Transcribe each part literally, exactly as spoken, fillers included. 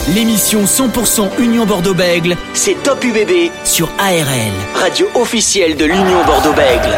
L'émission cent pour cent Union Bordeaux-Bègles, c'est Top U B B sur A R L, radio officielle de l'Union Bordeaux-Bègles.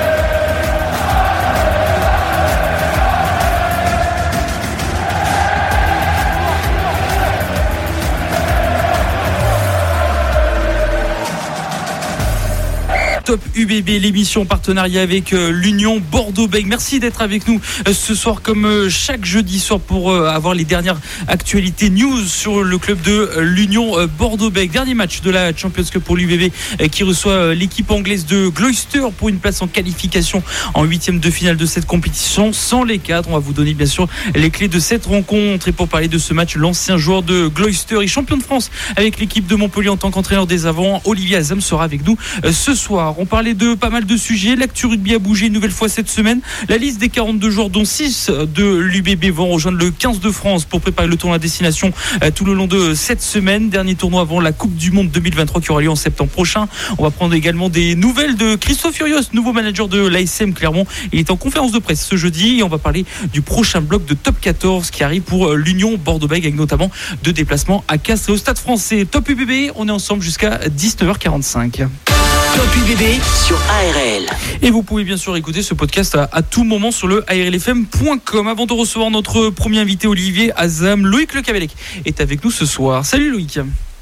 Top U B B, l'émission en partenariat avec euh, l'Union Bordeaux-Bègles. Merci d'être avec nous euh, ce soir comme euh, chaque jeudi soir pour euh, avoir les dernières actualités news sur le club de euh, l'Union euh, Bordeaux-Bègles. Dernier match de la Champions Cup pour l'U B B euh, qui reçoit euh, l'équipe anglaise de Gloucester pour une place en qualification en huitième de finale de cette compétition. Sans les cadres, on va vous donner bien sûr les clés de cette rencontre. Et pour parler de ce match, l'ancien joueur de Gloucester et champion de France avec l'équipe de Montpellier en tant qu'entraîneur des avants, Olivier Azam sera avec nous euh, ce soir. On parlait de pas mal de sujets. L'actu rugby a bougé une nouvelle fois cette semaine. La liste des quarante-deux joueurs, dont six de l'U B B, vont rejoindre le quinze de France pour préparer le tournoi à destination tout le long de cette semaine. Dernier tournoi avant la Coupe du Monde deux mille vingt-trois qui aura lieu en septembre prochain. On va prendre également des nouvelles de Christophe Furios, nouveau manager de l'A S M Clermont. Il est en conférence de presse ce jeudi et on va parler du prochain bloc de Top quatorze qui arrive pour l'Union Bordeaux-Bègles avec notamment deux déplacements à Castres et au Stade Français. Top U B B, on est ensemble jusqu'à dix-neuf heures quarante-cinq. Top U B B sur A R L. Et vous pouvez bien sûr écouter ce podcast à, à tout moment sur le A R L F M point com. Avant de recevoir notre premier invité, Olivier Azam, Loïc Le Cabellec est avec nous ce soir. Salut Loïc.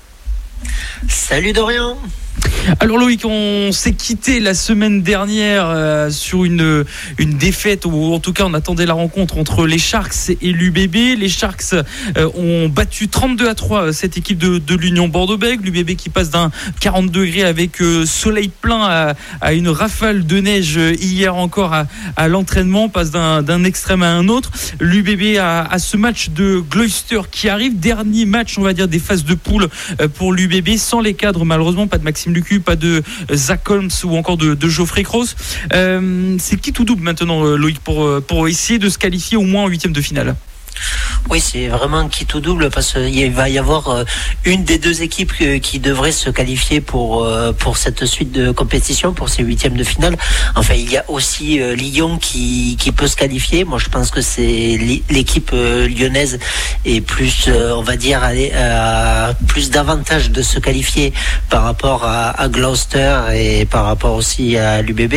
Salut Dorian. Alors Loïc, on s'est quitté la semaine dernière euh, sur une, une défaite, ou en tout cas on attendait la rencontre entre les Sharks et l'U B B. Les Sharks euh, ont battu trente-deux à trois cette équipe de, de l'Union Bordeaux-Bègles. L'U B B qui passe d'un quarante degrés avec euh, soleil plein à, à une rafale de neige hier encore à, à l'entraînement, passe d'un, d'un extrême à un autre. L'U B B a, a ce match de Gloucester qui arrive, dernier match on va dire des phases de poule euh, pour l'U B B, sans les cadres malheureusement, pas de Maxime Lucu, pas de Zach Holmes ou encore de, de Geoffrey Cross. Euh, c'est qui tout double maintenant Loïc pour, pour essayer de se qualifier au moins en huitième de finale? Oui, c'est vraiment qui tout double parce qu'il va y avoir une des deux équipes qui devrait se qualifier pour pour cette suite de compétition, pour ces huitièmes de finale. Enfin, il y a aussi Lyon qui qui peut se qualifier. Moi, je pense que c'est l'équipe lyonnaise est plus, on va dire, à plus d'avantage de se qualifier par rapport à, à Gloucester et par rapport aussi à l'U B B.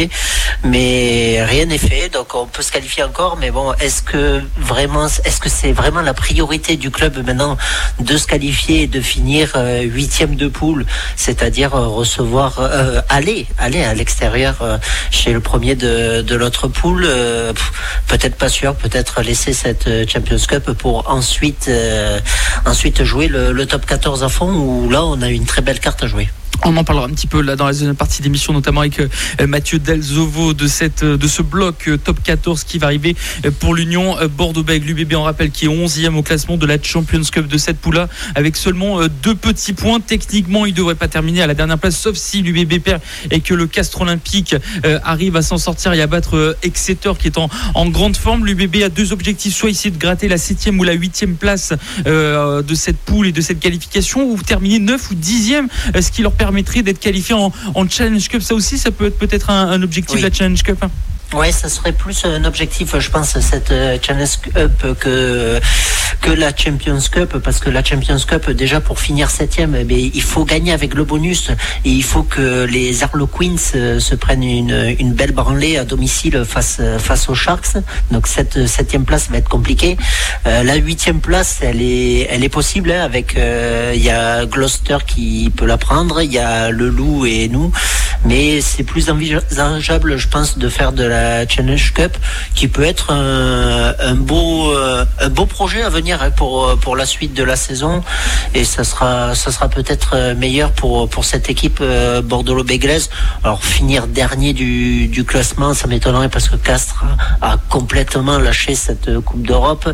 Mais rien n'est fait, donc on peut se qualifier encore. Mais bon, est-ce que vraiment, est-ce que c'est vraiment la priorité du club maintenant de se qualifier et de finir euh, huitième de poule, c'est-à-dire euh, recevoir euh, aller aller à l'extérieur euh, chez le premier de, de l'autre poule, euh, peut-être pas sûr, peut-être laisser cette Champions Cup pour ensuite euh, ensuite jouer le, le top quatorze à fond, où là on a une très belle carte à jouer. On en parlera un petit peu là dans la deuxième partie d'émission, notamment avec euh, Mathieu Delzovo de, cette, de ce bloc euh, top quatorze qui va arriver euh, pour l'Union euh, Bordeaux-Bègles. L'U B B, on rappelle, qui est onzième au classement de la Champions Cup de cette poule-là, avec seulement euh, deux petits points. Techniquement, il ne devrait pas terminer à la dernière place, sauf si l'U B B perd et que le Castres Olympique euh, arrive à s'en sortir et à battre euh, Exeter qui est en, en grande forme. L'U B B a deux objectifs, soit essayer de gratter la septième ou la huitième place euh, de cette poule et de cette qualification, ou terminer neuf ou dixième, euh, ce qui leur permet permettrait d'être qualifié en, en Challenge Cup. Ça aussi, ça peut être peut-être un, un objectif, oui, de la Challenge Cup. Ouais, ça serait plus un objectif, je pense, cette Challenge Cup que que la Champions Cup, parce que la Champions Cup, déjà pour finir septième, mais il faut gagner avec le bonus et il faut que les Harlequins se prennent une une belle branlée à domicile face face aux Sharks. Donc cette septième place va être compliquée. Euh, la huitième place, elle est elle est possible, hein, avec il euh, y a Gloucester qui peut la prendre, il y a le Loup et nous, mais c'est plus envisageable, je pense, de faire de la la Challenge Cup, qui peut être un, un beau un beau projet à venir pour pour la suite de la saison, et ça sera ça sera peut-être meilleur pour pour cette équipe bordeaux-bèglaise. Alors finir dernier du du classement, ça m'étonnerait, parce que Castres a, a complètement lâché cette Coupe d'Europe,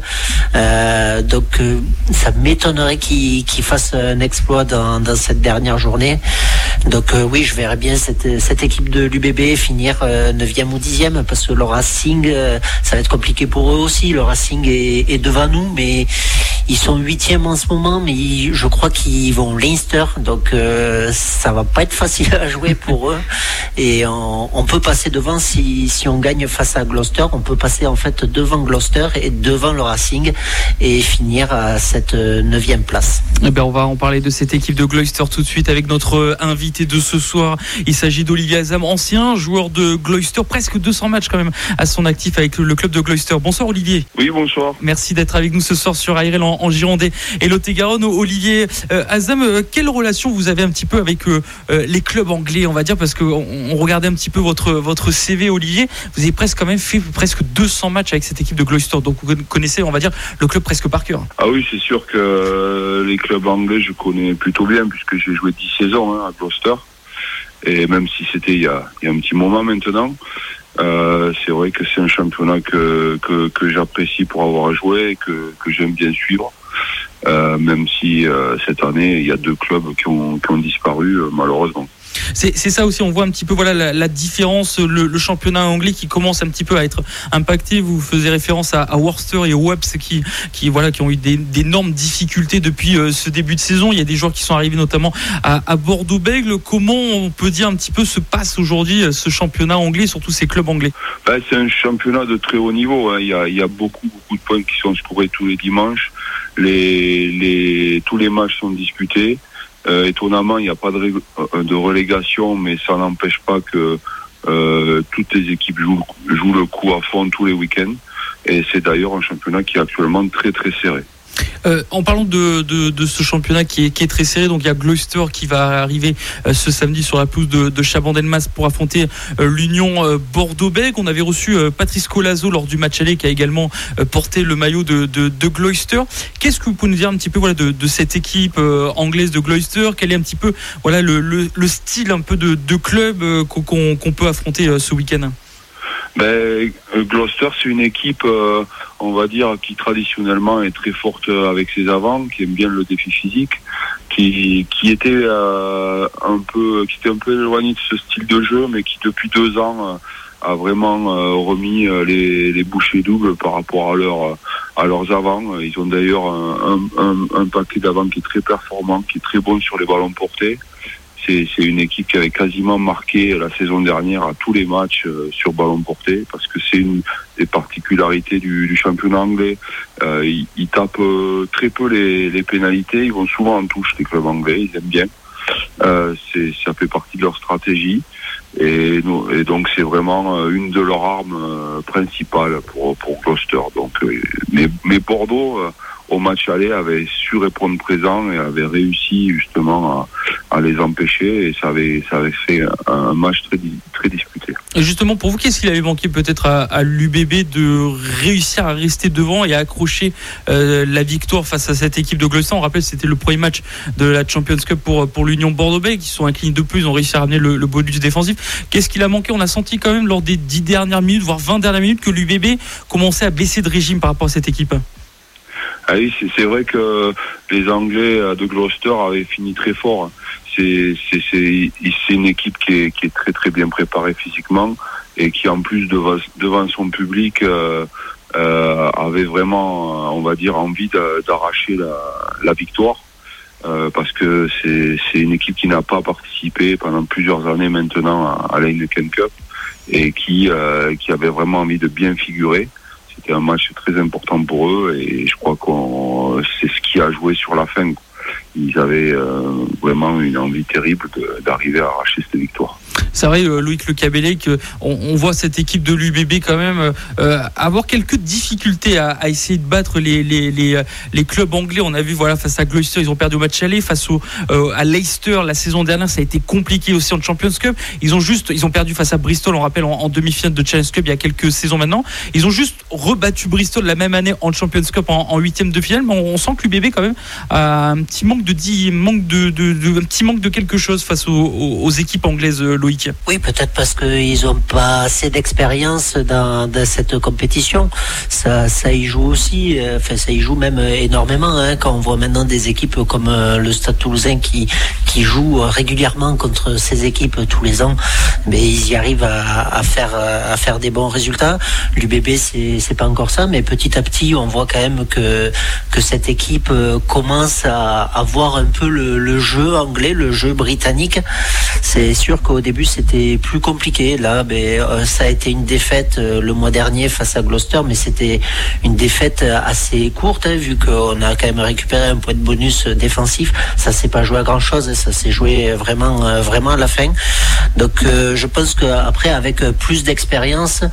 euh, donc euh, ça m'étonnerait qu'il qu'il fasse un exploit dans dans cette dernière journée. Donc euh, oui, je verrais bien cette cette équipe de l'U B B finir euh, neuvième ou dixième, parce que le Racing, euh, ça va être compliqué pour eux aussi. Le Racing est, est devant nous, mais ils sont huitièmes en ce moment, mais ils, je crois qu'ils vont Leinster, donc euh, ça va pas être facile à jouer pour eux. Et on, on peut passer devant si, si on gagne face à Gloucester, on peut passer en fait devant Gloucester et devant le Racing et finir à cette neuvième place. Eh bien, on va en parler de cette équipe de Gloucester tout de suite avec notre invité de ce soir. Il s'agit d'Olivier Azam, ancien joueur de Gloucester, presque deux cents matchs quand même à son actif avec le club de Gloucester. Bonsoir Olivier. Oui, bonsoir. Merci d'être avec nous ce soir sur A R L en, en Gironde et Lot-et-Garonne. Olivier euh, Azam, euh, quelle relation vous avez un petit peu avec euh, les clubs anglais, on va dire, parce qu'on on regardait un petit peu votre, votre C V, Olivier. Vous avez presque quand même fait presque deux cents matchs avec cette équipe de Gloucester, donc vous connaissez, on va dire, le club presque par cœur. Ah oui, c'est sûr que les clubs anglais, je connais plutôt bien puisque j'ai joué dix saisons hein, à Gloucester. Et même si c'était il y a, il y a un petit moment maintenant, euh, c'est vrai que c'est un championnat que, que, que j'apprécie pour avoir joué et que, que j'aime bien suivre. Euh, même si euh, cette année, il y a deux clubs qui ont, qui ont disparu, euh, malheureusement. C'est, c'est ça aussi, on voit un petit peu voilà la, la différence, le, le championnat anglais qui commence un petit peu à être impacté. Vous faisiez référence à, à Worcester et aux Wasps qui, qui voilà qui ont eu des, d'énormes difficultés depuis euh, ce début de saison. Il y a des joueurs qui sont arrivés notamment à, à Bordeaux-Bègles. Comment on peut dire un petit peu se passe aujourd'hui ce championnat anglais, surtout ces clubs anglais? Ben, c'est un championnat de très haut niveau. Hein. Il y a, il y a beaucoup beaucoup de points qui sont scorés tous les dimanches. Les, les tous les matchs sont disputés. Euh, étonnamment, il n'y a pas de, ré- de relégation, mais ça n'empêche pas que euh, toutes les équipes jouent, jouent le coup à fond tous les week-ends. Et c'est d'ailleurs un championnat qui est actuellement très très serré. Euh, en parlant de, de, de ce championnat qui est, qui est très serré, donc il y a Gloucester qui va arriver euh, ce samedi sur la pelouse de, de Chabandelmas pour affronter euh, l'Union euh, Bordeaux-Bègles. On avait reçu euh, Patrice Colazo lors du match aller qui a également euh, porté le maillot de, de, de Gloucester. Qu'est-ce que vous pouvez nous dire un petit peu voilà, de, de cette équipe euh, anglaise de Gloucester? Quel est un petit peu voilà, le, le, le style un peu de, de club euh, qu'on, qu'on peut affronter euh, ce week-end? Ben, Gloucester, c'est une équipe, euh, on va dire, qui traditionnellement est très forte avec ses avants, qui aime bien le défi physique, qui qui était euh, un peu, qui était un peu éloigné de ce style de jeu, mais qui depuis deux ans euh, a vraiment euh, remis euh, les, les bouchées doubles par rapport à leur à leurs avants. Ils ont d'ailleurs un, un, un paquet d'avants qui est très performant, qui est très bon sur les ballons portés. C'est, c'est une équipe qui avait quasiment marqué la saison dernière à tous les matchs euh, sur ballon porté, parce que c'est une des particularités du, du championnat anglais. Euh, ils, ils tapent euh, très peu les, les pénalités, ils vont souvent en touche, les clubs anglais, ils aiment bien. Euh, c'est, ça fait partie de leur stratégie. Et, et donc c'est vraiment une de leurs armes euh, principales pour, pour Gloucester. Donc, euh, mais, mais Bordeaux... Euh, au match aller, avait su répondre présent et avait réussi justement à, à les empêcher, et ça avait, ça avait fait un, un match très, très disputé. Et justement, pour vous, qu'est-ce qu'il avait manqué peut-être à, à l'U B B de réussir à rester devant et à accrocher euh, la victoire face à cette équipe de Gloucester? On rappelle, c'était le premier match de la Champions Cup pour, pour l'Union Bordeaux-Bègles, qui sont inclinés de plus, ils ont réussi à ramener le, le bonus défensif. Qu'est-ce qu'il a manqué? On a senti quand même lors des dix dernières minutes, voire vingt dernières minutes, que l'U B B commençait à baisser de régime par rapport à cette équipe. Ah oui, c'est, c'est vrai que les Anglais de Gloucester avaient fini très fort. C'est, c'est, c'est, c'est une équipe qui est, qui est très très bien préparée physiquement et qui en plus devant, devant son public euh, euh, avait vraiment, on va dire, envie de, d'arracher la, la victoire. Euh, parce que c'est, c'est une équipe qui n'a pas participé pendant plusieurs années maintenant à, à la Heineken Cup et qui, euh, qui avait vraiment envie de bien figurer. C'était un match très important pour eux et je crois que c'est ce qui a joué sur la fin. Ils avaient euh, vraiment une envie terrible de, d'arriver à arracher cette victoire. C'est vrai, euh, Loïc Le Cabellec, euh, on, on voit cette équipe de l'U B B quand même euh, avoir quelques difficultés à, à essayer de battre les, les, les, les clubs anglais. On a vu voilà, face à Gloucester, ils ont perdu au match aller. Face au, euh, à Leicester, la saison dernière, ça a été compliqué aussi en Champions Cup. Ils ont juste, ils ont perdu face à Bristol, on rappelle, en, en demi-finale de Challenge Cup il y a quelques saisons maintenant. Ils ont juste rebattu Bristol la même année en Champions Cup en, en huitième de finale. Mais on, on sent que l'U B B quand même a un petit manque manque de dix, manque de, de, de un petit manque de quelque chose face aux, aux, aux équipes anglaises, Loïc. Oui, peut-être parce qu'ils n'ont pas assez d'expérience dans, dans cette compétition. Ça, ça y joue aussi. Enfin, ça y joue même énormément. Hein, quand on voit maintenant des équipes comme euh, le Stade Toulousain qui qui joue régulièrement contre ces équipes tous les ans, mais ils y arrivent à, à faire à faire des bons résultats. L'U B B, c'est c'est pas encore ça, mais petit à petit, on voit quand même que que cette équipe commence à, à voir un peu le, le jeu anglais, le jeu britannique. C'est sûr qu'au début, c'était plus compliqué. Là, ben, ça a été une défaite le mois dernier face à Gloucester, mais c'était une défaite assez courte, hein, vu qu'on a quand même récupéré un point de bonus défensif. Ça s'est pas joué à grand chose, ça s'est joué vraiment, vraiment à la fin. Donc, euh, je pense qu'après, avec plus d'expérience,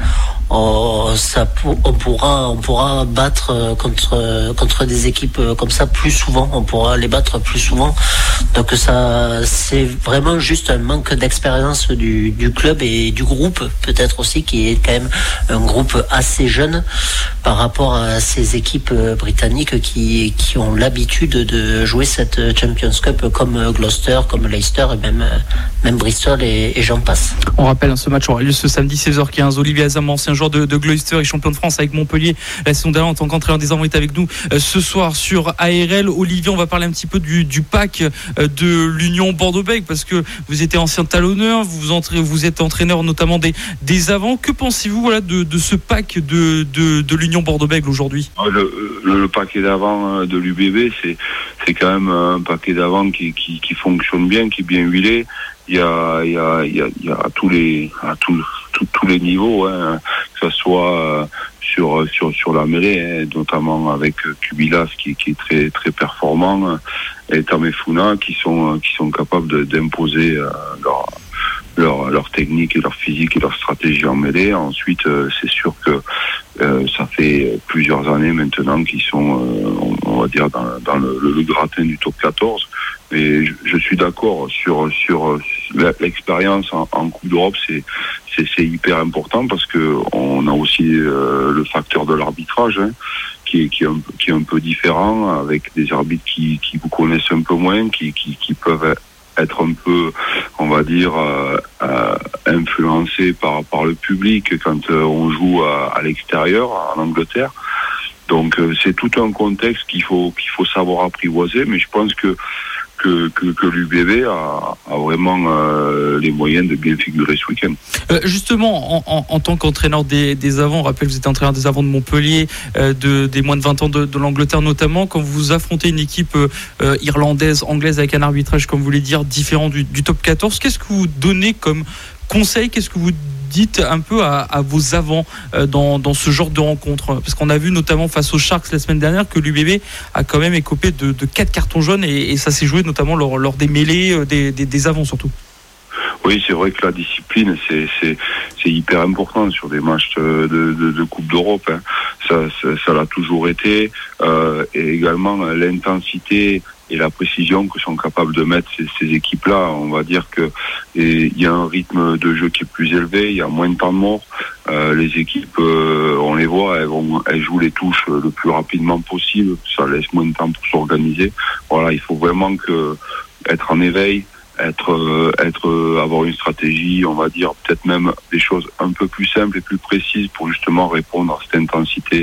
on, ça, on pourra, on pourra battre contre, contre des équipes comme ça plus souvent. On pourra les battre plus souvent. Donc, ça, c'est vraiment juste un manque d'expérience du, du club et du groupe, peut-être aussi, qui est quand même un groupe assez jeune par rapport à ces équipes britanniques qui, qui ont l'habitude de jouer cette Champions Cup comme Gloucester, comme Leicester et même, même Bristol et, et j'en passe. On rappelle, ce match aura lieu ce samedi seize heures quinze. Olivier Azam, ancien joueur de, de Gloucester et champion de France avec Montpellier la saison dernière en tant qu'entraîneur des Avants, est avec nous euh, ce soir sur A R L. Olivier, on va parler un petit peu du, du pack euh, de l'Union Bordeaux-Bègles parce que vous étiez ancien talonneur, vous, entra- vous êtes entraîneur notamment des, des Avants. Que pensez-vous voilà, de, de ce pack de, de, de l'Union Bordeaux-Bègles aujourd'hui ? Le, le, le paquet d'avant de l'U B B, c'est, c'est quand même un paquet d'avant qui, qui, qui fonctionne bien, qui est bien huilé. Il y a, il y a, il y a, il y a à tous les, à tous, tous, tous les niveaux, hein, que ce soit sur, sur, sur la mêlée, hein, notamment avec Kubilas qui, qui est très, très performant, et Tamefouna qui sont, qui sont capables de, d'imposer euh, leur, leur, leur technique et leur physique et leur stratégie en mêlée. Ensuite, euh, c'est sûr que euh, ça fait plusieurs années maintenant qu'ils sont, euh, on, on va dire, dans, dans le, le, le gratin du top quatorze. Mais je, je suis d'accord sur sur l'expérience en, en Coupe d'Europe, c'est, c'est c'est hyper important parce que on a aussi euh, le facteur de l'arbitrage, hein, qui est qui est un, qui est un peu différent, avec des arbitres qui qui vous connaissent un peu moins, qui qui qui peuvent être un peu, on va dire, euh, euh, influencés par par le public quand euh, on joue à, à l'extérieur en Angleterre. Donc euh, c'est tout un contexte qu'il faut qu'il faut savoir apprivoiser, mais je pense que Que, que, que l'U B B a, a vraiment euh, les moyens de bien figurer ce week-end. Euh, justement, en, en, en tant qu'entraîneur des, des Avants, on rappelle que vous êtes entraîneur des Avants de Montpellier, euh, de, des moins de vingt ans de, de l'Angleterre notamment, quand vous affrontez une équipe euh, irlandaise, anglaise, avec un arbitrage, comme vous voulez dire, différent du, du top quatorze, qu'est-ce que vous donnez comme conseil ? Qu'est-ce que vous dites un peu à, à vos avants euh, dans, dans ce genre de rencontre ? Parce qu'on a vu notamment face aux Sharks la semaine dernière que l'U B B a quand même écopé de, de quatre cartons jaunes et, et ça s'est joué notamment lors, lors des mêlées euh, des, des, des avants surtout. Oui, c'est vrai que la discipline, c'est, c'est, c'est hyper important sur des matchs de, de, de Coupe d'Europe. Hein. Ça, ça, ça l'a toujours été. Euh, et également l'intensité et la précision que sont capables de mettre ces, ces équipes-là. On va dire que il y a un rythme de jeu qui est plus élevé, il y a moins de temps de mort. Euh, les équipes, euh, on les voit, elles, vont, elles jouent les touches le plus rapidement possible. Ça laisse moins de temps pour s'organiser. Voilà, il faut vraiment que être en éveil, être, euh, être, euh, avoir une stratégie, on va dire peut-être même des choses un peu plus simples et plus précises pour justement répondre à cette intensité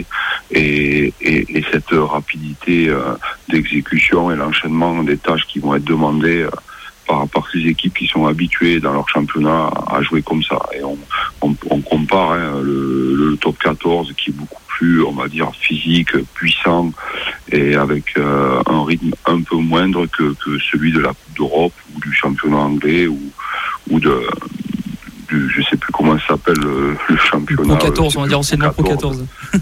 et, et, et cette rapidité euh, d'exécution et l'enchaînement des tâches qui vont être demandées euh, par, par ces équipes qui sont habituées dans leur championnat à, à jouer comme ça. Et on, on, on compare hein, le, le top quatorze qui est beaucoup plus, on va dire, physique, puissant et avec euh, un rythme un peu moindre que, que celui de la Coupe d'Europe ou du championnat anglais ou, ou de, du, je sais plus comment ça s'appelle le, le championnat. Pro quatorze, on va dire anciennement Pro quatorze.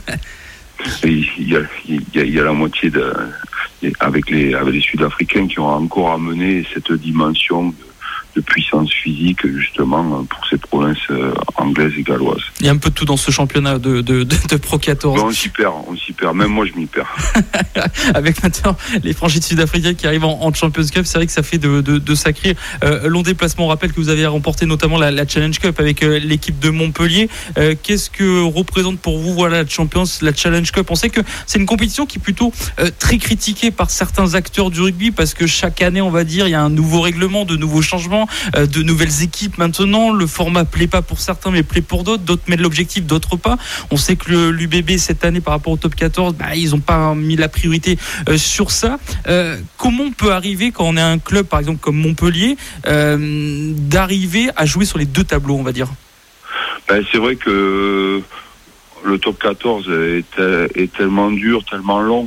Il y a, il y a, il y a la moitié de, avec les, avec les Sud-Africains qui ont encore amené cette dimension de, de puissance physique justement pour ces provinces anglaises et galloises. Il y a un peu de tout dans ce championnat de, de, de, de Pro quatorze. Ben on s'y perd, on s'y perd. Même moi je m'y perds. Avec maintenant les franchises sud-africaines qui arrivent en, en Champions Cup, c'est vrai que ça fait de, de, de sacrés euh, longs déplacements. On rappelle que vous avez remporté notamment la, la Challenge Cup avec euh, l'équipe de Montpellier. Euh, qu'est-ce que représente pour vous voilà, la Champions, la Challenge Cup? On sait que c'est une compétition qui est plutôt euh, très critiquée par certains acteurs du rugby parce que chaque année, on va dire, il y a un nouveau règlement, de nouveaux changements, euh, de nouvelles équipes maintenant. Le format plaît pas pour certains, mais plaît pour d'autres. D'autres mettent l'objectif, d'autres pas. On sait que le, l'U B B, cette année, par rapport au top quatorze, bah, ils n'ont pas mis la priorité euh, sur ça. Euh, comment on peut arriver, quand on est un club, par exemple, comme Montpellier, euh, d'arriver à jouer sur les deux tableaux, on va dire? Ben, c'est vrai que le top quatorze est, est tellement dur, tellement long.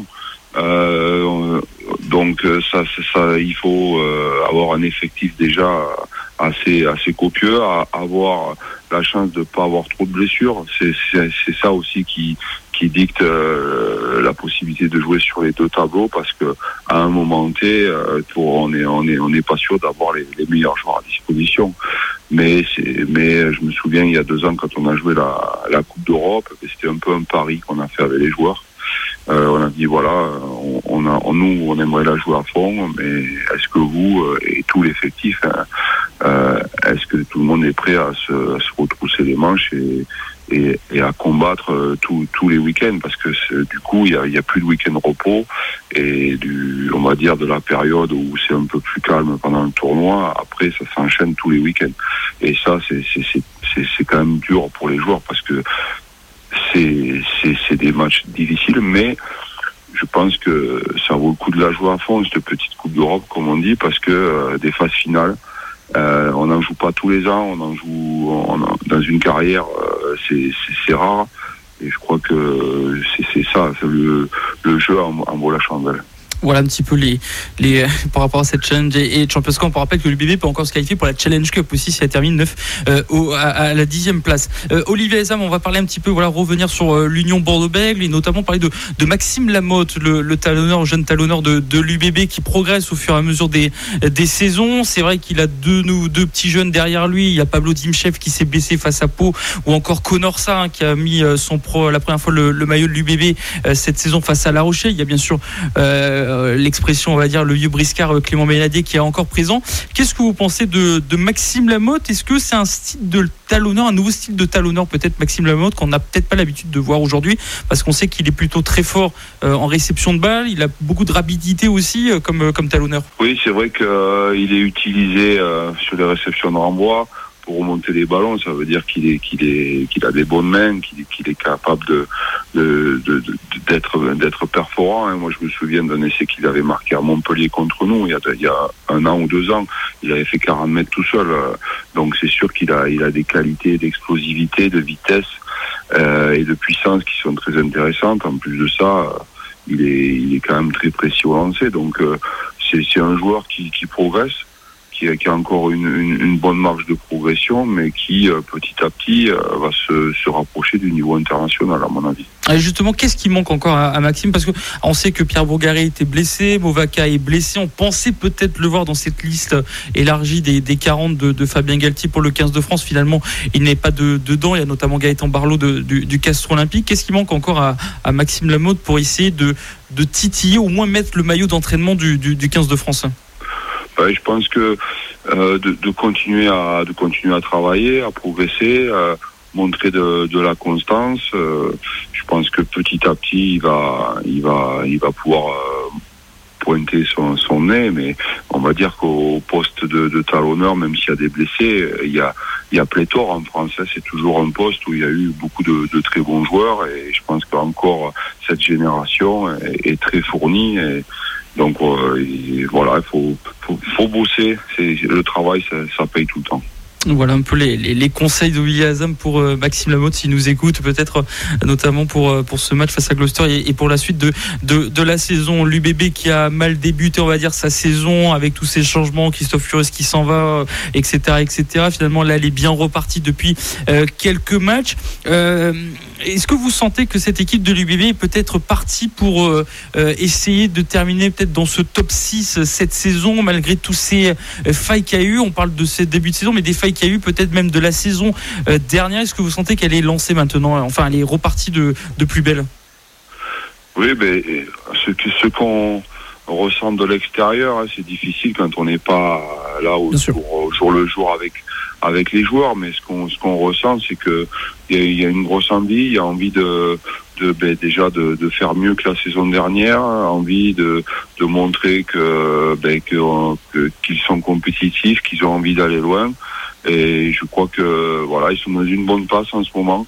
Euh, donc ça, ça, il faut euh, avoir un effectif déjà assez, assez copieux, à, avoir la chance de ne pas avoir trop de blessures. C'est, c'est, c'est ça aussi qui, qui dicte euh, la possibilité de jouer sur les deux tableaux, parce que à un moment T, euh, pour, on est, on est, on n'est pas sûr d'avoir les, les meilleurs joueurs à disposition. Mais c'est, mais je me souviens il y a deux ans quand on a joué la, la Coupe d'Europe, c'était un peu un pari qu'on a fait avec les joueurs. Euh, on a dit voilà, on, on a, on, nous on aimerait la jouer à fond, mais est-ce que vous euh, et tout l'effectif, hein, euh, est-ce que tout le monde est prêt à se, à se retrousser les manches et, et, et à combattre euh, tous tous les week-ends, parce que du coup il y a, il y a plus de week-end repos et du, on va dire de la période où c'est un peu plus calme pendant le tournoi, après ça s'enchaîne tous les week-ends et ça c'est c'est c'est c'est, c'est quand même dur pour les joueurs, parce que C'est, c'est, c'est des matchs difficiles, mais je pense que ça vaut le coup de la jouer à fond, cette petite Coupe d'Europe, comme on dit, parce que euh, des phases finales, euh, on n'en joue pas tous les ans, on en joue on en, dans une carrière, euh, c'est, c'est, c'est rare, et je crois que c'est, c'est ça, c'est le, le jeu en, en vaut la chandelle. Voilà un petit peu les, les par rapport à cette challenge et, et Champions Cup. On rappelle que l'U B B peut encore se qualifier pour la Challenge Cup aussi si elle termine neuf euh, au, à, à la dixième place. Euh, Olivier Azam, on va parler un petit peu, voilà, revenir sur euh, l'Union Bordeaux-Bègles et notamment parler de, de Maxime Lamotte, le, le talonneur, jeune talonneur de, de l'U B B qui progresse au fur et à mesure des, des saisons. C'est vrai qu'il a deux, deux petits jeunes derrière lui. Il y a Pablo Dimchev qui s'est blessé face à Pau, ou encore Connor Sa hein, qui a mis son pro la première fois le, le maillot de l'U B B euh, cette saison face à La Rochelle. Il y a bien sûr euh, l'expression, on va dire, le vieux briscard Clément Ménadier qui est encore présent. Qu'est-ce que vous pensez de, de Maxime Lamotte? Est-ce que c'est un style de talonneur, un nouveau style de talonneur peut-être, Maxime Lamotte, qu'on n'a peut-être pas l'habitude de voir aujourd'hui, parce qu'on sait qu'il est plutôt très fort euh, en réception de balles, il a beaucoup de rapidité aussi euh, comme, comme talonneur. Oui, c'est vrai qu'il euh, est utilisé euh, sur les réceptions de renvoi pour remonter les ballons. Ça veut dire qu'il est qu'il est qu'il a des bonnes mains, qu'il, qu'il est capable de, de, de, de d'être d'être perforant. Moi, je me souviens d'un essai qu'il avait marqué à Montpellier contre nous il y a il y a un an ou deux ans. Il avait fait quarante mètres tout seul. Donc c'est sûr qu'il a il a des qualités d'explosivité, de vitesse euh, et de puissance qui sont très intéressantes. En plus de ça, il est il est quand même très précis au lancer. Donc euh, c'est c'est un joueur qui qui progresse, qui a, qui a encore une, une, une bonne marge de progression, mais qui euh, petit à petit euh, va se, se rapprocher du niveau international, à mon avis. Et justement, qu'est-ce qui manque encore à, à Maxime? Parce que on sait que Pierre Bourgaret était blessé, Movaca est blessé. On pensait peut-être le voir dans cette liste élargie des, des quarante de, de Fabien Galtier pour le quinze de France. Finalement, il n'est pas de, dedans. Il y a notamment Gaëtan Barlot de, du, du Castres Olympique. Qu'est-ce qui manque encore à, à Maxime Lamotte pour essayer de, de titiller, au moins mettre le maillot d'entraînement du, du, du quinze de France? Ouais, je pense que euh, de, de continuer à de continuer à travailler, à progresser, euh, montrer de, de la constance. Euh, je pense que petit à petit, il va il va il va pouvoir euh, pointer son, son nez. Mais on va dire qu'au poste de, de talonneur, même s'il y a des blessés, il y a il y a pléthore en France. C'est toujours un poste où il y a eu beaucoup de, de très bons joueurs, et je pense qu'encore cette génération est, est très fournie. Et, donc euh, et voilà, il faut, faut, faut bosser. C'est, le travail, ça, ça paye tout le temps. Voilà un peu les, les, les conseils d'Olivier Azam pour euh, Maxime Lamotte, s'il nous écoute, peut-être euh, notamment pour, euh, pour ce match face à Gloucester et, et pour la suite de, de, de la saison. L'U B B qui a mal débuté, on va dire, sa saison avec tous ces changements, Christophe Furios qui s'en va, euh, et cetera, et cetera. Finalement, là, elle est bien repartie depuis euh, quelques matchs. Euh, est-ce que vous sentez que cette équipe de l'U B B est peut-être partie pour euh, euh, essayer de terminer peut-être dans ce top six cette saison, malgré tous ces euh, failles qu'il y a eu? On parle de ces débuts de saison, mais des failles qu'il y a eu peut-être même de la saison euh, dernière. Est-ce que vous sentez qu'elle est lancée maintenant, enfin elle est repartie de, de plus belle? Oui, ben, ce, ce qu'on ressent de l'extérieur, hein, c'est difficile quand on n'est pas là au jour, au jour le jour avec avec les joueurs, mais ce qu'on ce qu'on ressent, c'est que il y, y a une grosse envie, il y a envie de de ben, déjà de, de faire mieux que la saison dernière, envie de de montrer que ben que, que qu'ils sont compétitifs, qu'ils ont envie d'aller loin, et je crois que voilà, ils sont dans une bonne place en ce moment.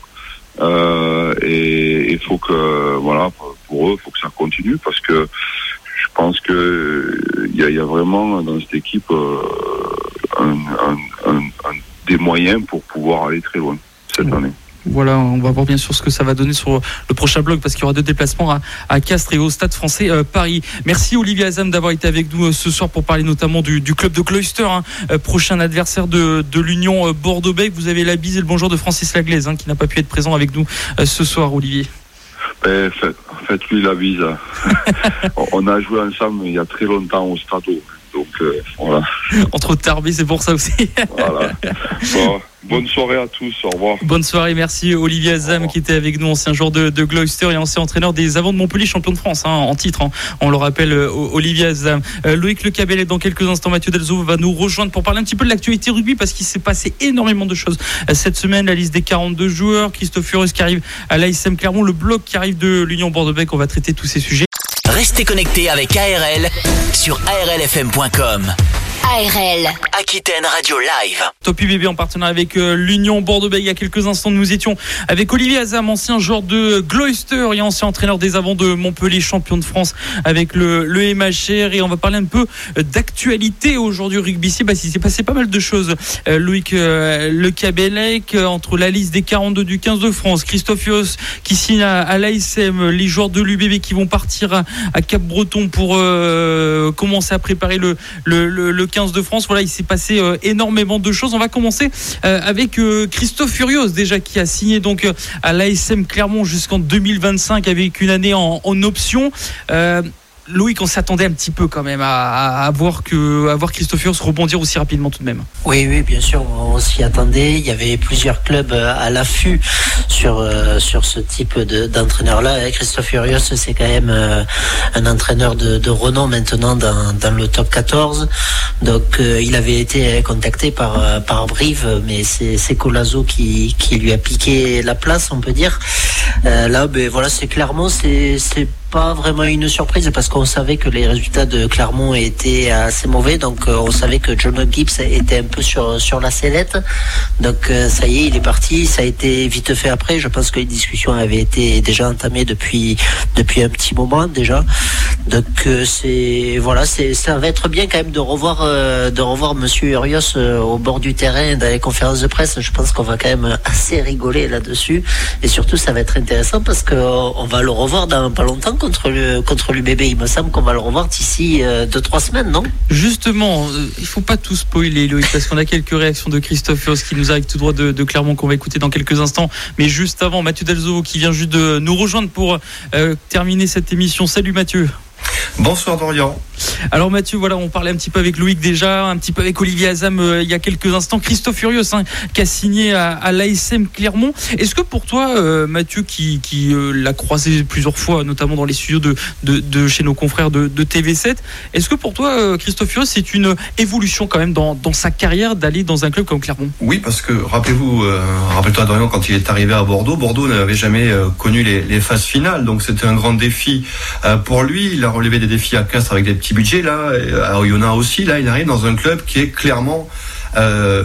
Euh, et il faut que voilà, pour eux, il faut que ça continue, parce que je pense que il y a, y a vraiment dans cette équipe euh, un, un, un, un, des moyens pour pouvoir aller très loin cette mmh. année. Voilà, on va voir bien sûr ce que ça va donner sur le prochain blog, parce qu'il y aura deux déplacements à, à Castres et au Stade Français euh, Paris. Merci Olivier Azam d'avoir été avec nous euh, ce soir pour parler notamment du, du club de Gloucester, hein, euh, prochain adversaire de, de l'Union euh, Bordeaux-Bègles. Vous avez la bise et le bonjour de Francis Laglaise, hein, qui n'a pas pu être présent avec nous euh, ce soir, Olivier. Ben, fait, faites-lui la bise. On a joué ensemble il y a très longtemps au Stade. Donc euh, voilà. Entre Tarbes, c'est pour ça aussi. Voilà. Bon, bonne soirée à tous, au revoir. Bonne soirée, merci Olivier Azam qui était avec nous, ancien joueur de, de Gloucester et ancien entraîneur des Avants de Montpellier, champion de France, hein, en titre, hein. On le rappelle, euh, Olivier Azam. Euh, Loïc Le Cabellet, dans quelques instants, Mathieu Delzo va nous rejoindre pour parler un petit peu de l'actualité rugby, parce qu'il s'est passé énormément de choses euh, cette semaine. La liste des quarante-deux joueurs, Christophe Furios qui arrive à l'A S M Clermont, le bloc qui arrive de l'Union Bordeaux-Bègles. On va traiter tous ces sujets. Restez connectés avec A R L sur A R L F M point com. A R L Aquitaine Radio Live. Top U B B en partenariat avec euh, l'Union Bordeaux-Bègles. Il y a quelques instants, nous étions avec Olivier Azam, ancien joueur de Gloucester et ancien entraîneur des Avants de Montpellier, champion de France avec le, le M H R. Et on va parler un peu d'actualité aujourd'hui rugby. Bah, il s'est passé pas mal de choses. Euh, Loïc euh, Le Cabellec, euh, entre la liste des quarante-deux du quinze de France, Christophe Furios qui signe à, à l'A S M, les joueurs de l'U B B qui vont partir à, à Cap-Breton pour euh, commencer à préparer le, le, le, le quinze de France. Voilà, il s'est passé euh, énormément de choses. On va commencer euh, avec euh, Christophe Furios, déjà, qui a signé donc euh, à l'A S M Clermont jusqu'en deux mille vingt-cinq avec une année en, en option. Euh, Loïc, on s'attendait un petit peu quand même à, à, voir, que, à voir Christophe Furios rebondir aussi rapidement tout de même. Oui, oui, bien sûr, on s'y attendait. Il y avait plusieurs clubs à l'affût sur, euh, sur ce type de, d'entraîneur-là. Christophe Furios, c'est quand même euh, un entraîneur de, de renom maintenant dans, dans le top quatorze. Donc, euh, il avait été contacté par, par Brive, mais c'est, c'est Colazo qui, qui lui a piqué la place, on peut dire. Euh, là, ben, voilà, c'est Clermont, c'est, c'est pas vraiment une surprise, parce qu'on savait que les résultats de Clermont étaient assez mauvais, donc euh, on savait que John Gibbs était un peu sur sur la sellette, donc euh, ça y est, il est parti. Ça a été vite fait après. Je pense que les discussions avaient été déjà entamées depuis depuis un petit moment déjà, donc euh, c'est voilà, c'est ça va être bien quand même de revoir euh, de revoir Monsieur Urios euh, au bord du terrain dans les conférences de presse. Je pense qu'on va quand même assez rigoler là-dessus, et surtout ça va être intéressant parce que euh, on va le revoir dans pas longtemps contre le contre l'U B B. Il me semble qu'on va le revoir d'ici euh, deux trois semaines, non? Justement, euh, il faut pas tout spoiler, Loïc, parce qu'on a quelques réactions de Christophe Furios qui nous arrive tout droit de, de Clermont, qu'on va écouter dans quelques instants. Mais juste avant, Mathieu Delzo qui vient juste de nous rejoindre pour euh, terminer cette émission. Salut Mathieu. Bonsoir Dorian. Alors Mathieu, voilà, on parlait un petit peu avec Loïc déjà, un petit peu avec Olivier Azam euh, il y a quelques instants. Christophe Furios, hein, qui a signé à, à l'A S M Clermont. Est-ce que pour toi, euh, Mathieu, qui, qui euh, l'a croisé plusieurs fois, notamment dans les studios de, de, de chez nos confrères de, de T V sept, est-ce que pour toi, euh, Christophe Furios, c'est une évolution quand même dans, dans sa carrière d'aller dans un club comme Clermont? Oui, parce que rappelez-vous, euh, rappelle-toi Dorian, quand il est arrivé à Bordeaux, Bordeaux n'avait jamais euh, connu les, les phases finales, donc c'était un grand défi euh, pour lui. Il a relevé des défis à Castres avec des petits budgets, là, à Oyonnax aussi. Là, il arrive dans un club qui est clairement euh,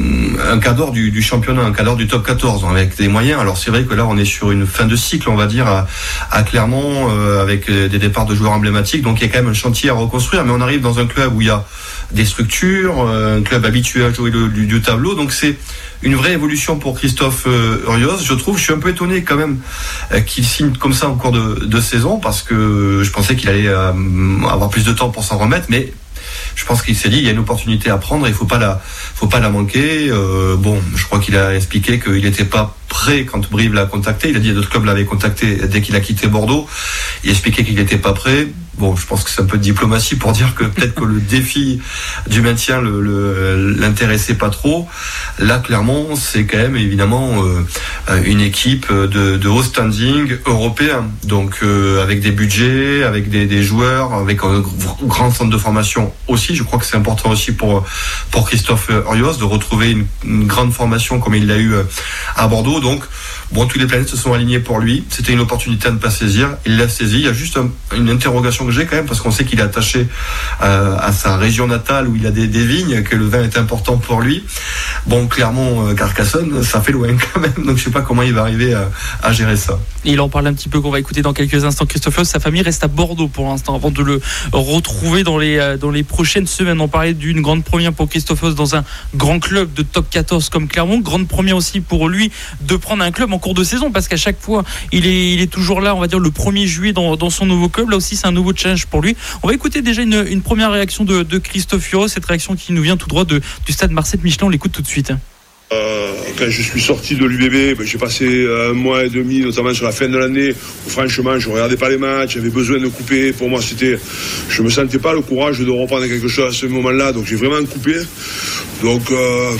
un cadre du, du championnat, un cadre du top quatorze, avec des moyens. Alors c'est vrai que là, on est sur une fin de cycle, on va dire, à, à Clermont, euh, avec des départs de joueurs emblématiques. Donc il y a quand même un chantier à reconstruire, mais on arrive dans un club où il y a des structures, un club habitué à jouer le, du, du tableau. Donc c'est une vraie évolution pour Christophe euh, Urios. Je trouve, je suis un peu étonné quand même euh, qu'il signe comme ça en cours de, de saison, parce que je pensais qu'il allait euh, avoir plus de temps pour s'en remettre, mais je pense qu'il s'est dit il y a une opportunité à prendre, il faut pas la, faut pas la manquer. Euh, bon, je crois qu'il a expliqué qu'il n'était pas prêt quand Brive l'a contacté. Il a dit que d'autres clubs l'avaient contacté dès qu'il a quitté Bordeaux. Il a expliqué qu'il n'était pas prêt. Bon, je pense que c'est un peu de diplomatie pour dire que peut-être que le défi du maintien le, le, l'intéressait pas trop. Là, clairement, c'est quand même évidemment euh, une équipe de, de haut standing européen. Donc, euh, avec des budgets, avec des, des joueurs, avec un grand centre de formation aussi. Je crois que c'est important aussi pour pour Christophe Urios de retrouver une, une grande formation comme il l'a eu à Bordeaux. Donc, bon, tous les planètes se sont alignées pour lui. C'était une opportunité à ne pas saisir. Il l'a saisi. Il y a juste un, une interrogation que j'ai quand même, parce qu'on sait qu'il est attaché euh, à sa région natale où il a des, des vignes, que le vin est important pour lui. Bon, clairement, euh, Carcassonne, ça fait loin quand même. Donc, je sais pas comment il va arriver à, à gérer ça. Et il en parle un petit peu, qu'on va écouter dans quelques instants. Christophe Urios, sa famille reste à Bordeaux pour l'instant, avant de le retrouver dans les, dans les prochaines semaines. On parlait d'une grande première pour Christophe Urios dans un grand club de top quatorze comme Clermont. Grande première aussi pour lui de prendre un club en cours de saison, parce qu'à chaque fois il est, il est toujours là, on va dire le premier juillet dans, dans son nouveau club. Là aussi c'est un nouveau challenge pour lui. On va écouter déjà une, une première réaction de, de Christophe Urios, cette réaction qui nous vient tout droit de, du stade Marcette-Michelin. On l'écoute tout de suite. Euh, quand je suis sorti de l'U B B, ben, j'ai passé un mois et demi, notamment sur la fin de l'année, où franchement je ne regardais pas les matchs, j'avais besoin de couper. Pour moi, c'était, je ne me sentais pas le courage de reprendre quelque chose à ce moment-là, donc j'ai vraiment coupé. Donc euh,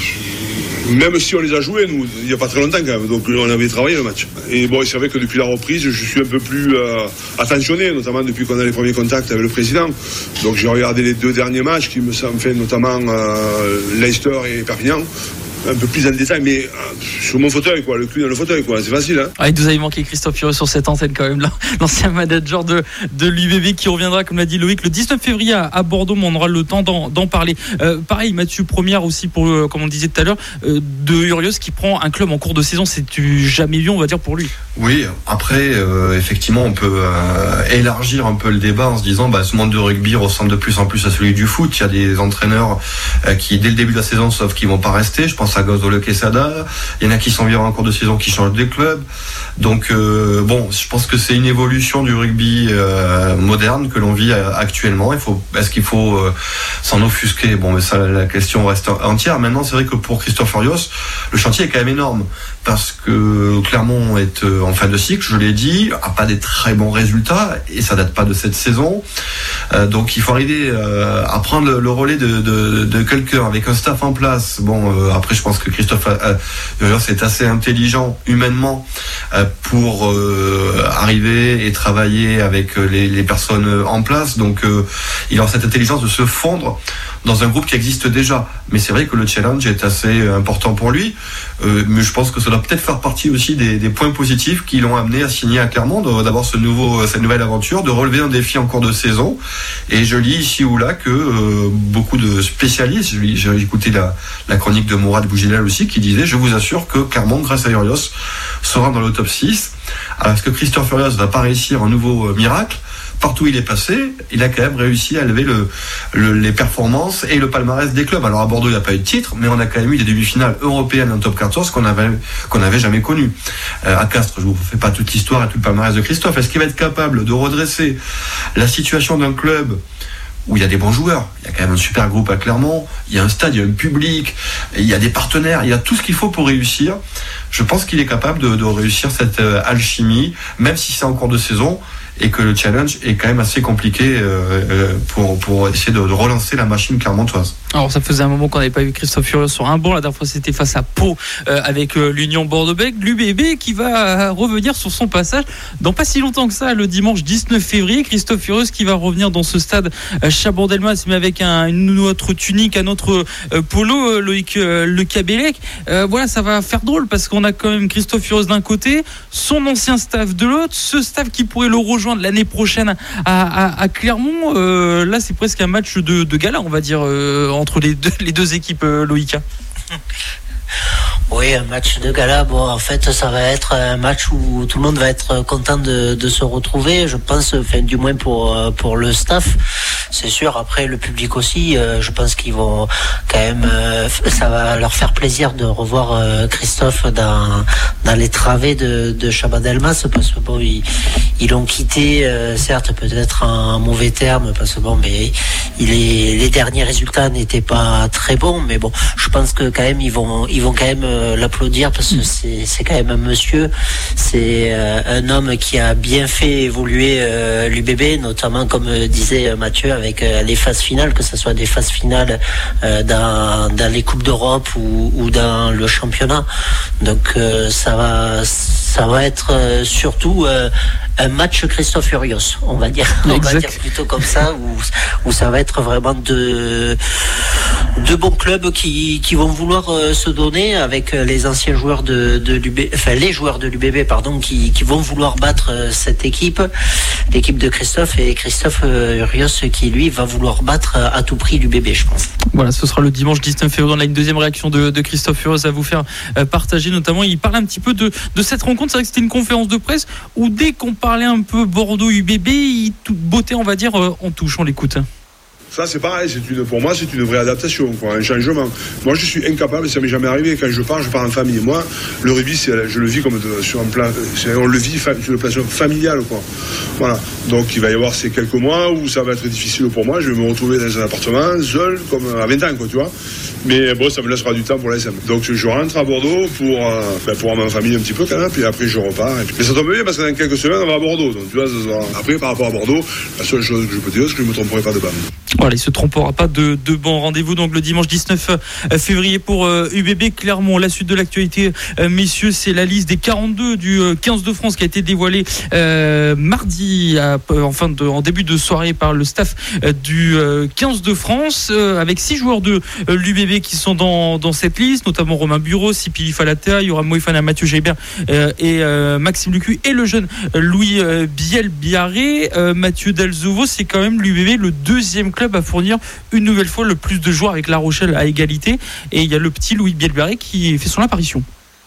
même si on les a joués, nous, il n'y a pas très longtemps quand même, donc on avait travaillé le match. Et bon, c'est vrai que depuis la reprise, je suis un peu plus euh, attentionné, notamment depuis qu'on a les premiers contacts avec le président. Donc j'ai regardé les deux derniers matchs qui me semblent fait, notamment euh, Leicester et Perpignan. Un peu plus dans le détail, mais euh, sur mon fauteuil, quoi, le cul dans le fauteuil, quoi, c'est facile. Hein. Ah, il nous avait manqué Christophe Urios sur cette antenne quand même, là. L'ancien manager de, de l'U B B qui reviendra, comme l'a dit Loïc, le dix-neuf février à, à Bordeaux, mais on aura le temps d'en, d'en parler. Euh, pareil, Mathieu Première aussi, pour, euh, comme on le disait tout à l'heure, euh, de Urios qui prend un club en cours de saison, c'est du jamais vu, on va dire, pour lui. Oui, après, euh, effectivement, on peut euh, élargir un peu le débat en se disant, bah, ce monde de rugby ressemble de plus en plus à celui du foot. Il y a des entraîneurs euh, qui, dès le début de la saison, sauf qu'ils vont pas rester. Je pense à Gonzalo Quesada, il y en a qui sont virés en cours de saison, qui changent de club. Donc euh, bon, je pense que c'est une évolution du rugby euh, moderne que l'on vit euh, actuellement. Il faut, est-ce qu'il faut euh, s'en offusquer? Bon, mais ça, la question reste entière. Maintenant, c'est vrai que pour Christophe Urios, le chantier est quand même énorme, parce que Clermont est euh, en fin de cycle, je l'ai dit, a pas des très bons résultats, et ça date pas de cette saison. Euh, donc il faut arriver euh, à prendre le, le relais de, de, de quelqu'un avec un staff en place. Bon, euh, après, je pense que Christophe Urios est assez intelligent humainement euh, pour euh, arriver et travailler avec les, les personnes en place. Donc euh, il a cette intelligence de se fondre dans un groupe qui existe déjà. Mais c'est vrai que le challenge est assez important pour lui. Euh, mais je pense que ça doit peut-être faire partie aussi des, des points positifs qui l'ont amené à signer à Clermont, d'avoir ce nouveau, cette nouvelle aventure, de relever un défi en cours de saison. Et je lis ici ou là que euh, beaucoup de spécialistes, j'ai écouté la, la chronique de Mourad Bougilal aussi, qui disait, je vous assure que Clermont, grâce à Urios, sera dans le top six. Alors est-ce que Christophe Urios va pas réussir un nouveau euh, miracle? Partout où il est passé, il a quand même réussi à lever le, le, les performances et le palmarès des clubs. Alors à Bordeaux, il n'y a pas eu de titre, mais on a quand même eu des demi-finales européennes en top quatorze qu'on avait, qu'on n'avait jamais connues. Euh, à Castres, je ne vous fais pas toute l'histoire et tout le palmarès de Christophe. Est-ce qu'il va être capable de redresser la situation d'un club où il y a des bons joueurs, il y a quand même un super groupe à Clermont, il y a un stade, il y a un public, il y a des partenaires, il y a tout ce qu'il faut pour réussir. Je pense qu'il est capable de, de réussir cette euh, alchimie, même si c'est en cours de saison, et que le challenge est quand même assez compliqué euh, pour, pour essayer de, de relancer la machine clermontoise. Alors ça faisait un moment qu'on n'avait pas vu Christophe Urios sur un banc. La dernière fois c'était face à Pau euh, avec euh, l'Union Bordeaux-Bègles. L'U B B qui va euh, revenir sur son passage dans pas si longtemps que ça, le dimanche dix-neuf février. Christophe Urios qui va revenir dans ce stade euh, Chabandelmas, mais avec un, une autre tunique, un autre euh, polo, euh, Loïc euh, Le Cabellec. Euh, voilà, ça va faire drôle parce qu'on a quand même Christophe Urios d'un côté, son ancien staff de l'autre, ce staff qui pourrait le rejoindre l'année prochaine à, à, à Clermont. Euh, là c'est presque un match de, de gala, on va dire, euh, entre les deux, les deux équipes, euh, Loïc. Oui, un match de gala. Bon, en fait, ça va être un match où tout le monde va être content de, de se retrouver, je pense, enfin, du moins pour, pour le staff. c'est sûr. Après, le public aussi, euh, je pense qu'ils vont quand même, euh, ça va leur faire plaisir de revoir euh, Christophe dans dans les travées de, de Chabannes-Delmas, parce que bon, ils, ils l'ont quitté, euh, certes, peut-être en mauvais terme, parce que bon, mais il est, les derniers résultats n'étaient pas très bons, mais bon, je pense que quand même ils vont, ils vont quand même euh, l'applaudir, parce que c'est, c'est quand même un monsieur, c'est euh, un homme qui a bien fait évoluer euh, l'U B B, notamment comme euh, disait Mathieu, avec euh, les phases finales, que ce soit des phases finales euh, dans, dans les coupes d'Europe ou, ou dans le championnat. Donc euh, ça va, ça va être euh, surtout euh, un match Christophe Urios, on va dire, on va dire plutôt comme ça, où, où ça va être vraiment de deux bons clubs qui, qui vont vouloir euh, se donner, avec les anciens joueurs de, de l'U B B, enfin les joueurs de l'U B B, pardon, qui, qui vont vouloir battre euh, cette équipe, l'équipe de Christophe, et Christophe euh, Urios qui lui va vouloir battre euh, à tout prix l'U B B, je pense. Voilà, ce sera le dimanche dix-neuf février. On a une deuxième réaction de, de Christophe Urios à vous faire euh, partager, notamment il parle un petit peu de, de cette rencontre. C'est vrai que c'était une conférence de presse où dès qu'on parlait un peu Bordeaux-U B B, il tout beauté, on va dire, euh, en touche. On l'écoute. Ça, c'est pareil, c'est une, pour moi, c'est une vraie adaptation, quoi, un changement. Moi, je suis incapable, ça m'est jamais arrivé. Quand je pars, je pars en famille. Moi, le rugby, c'est, je le vis comme de, sur un plan, c'est, on le vit sur le plan familial, quoi. Voilà. Donc, il va y avoir ces quelques mois où ça va être difficile pour moi. Je vais me retrouver dans un appartement, seul, comme à vingt ans, quoi, tu vois. Mais bon, ça me laissera du temps pour la S M. Donc, je rentre à Bordeaux pour, euh, ben, pour avoir ma famille un petit peu, quand même, puis après, je repars. Et puis, mais ça tombe bien parce que dans quelques semaines, on va à Bordeaux. Donc, tu vois, ça sera... Après, par rapport à Bordeaux, la seule chose que je peux dire, c'est que je ne me tromperai pas de bande. Voilà, il ne se trompera pas de, de bon rendez-vous donc le dimanche dix-neuf février pour euh, U B B Clermont. La suite de l'actualité, euh, messieurs, c'est la liste des quarante-deux du euh, quinze de France qui a été dévoilée euh, mardi à, euh, en, fin de, en début de soirée par le staff euh, du euh, quinze de France, euh, avec six joueurs de euh, l'U B B qui sont dans, dans cette liste, notamment Romain Bureau, Sipili Falatea, il y aura Moïfana, Mathieu Gébert euh, et euh, Maxime Lucu et le jeune Louis euh, Biel-Biarré. euh, Mathieu Delzovo, c'est quand même l'U B B le deuxième club à fournir une nouvelle fois le plus de joueurs, avec La Rochelle à égalité, et il y a le petit Louis Biel-Biarré qui fait son apparition.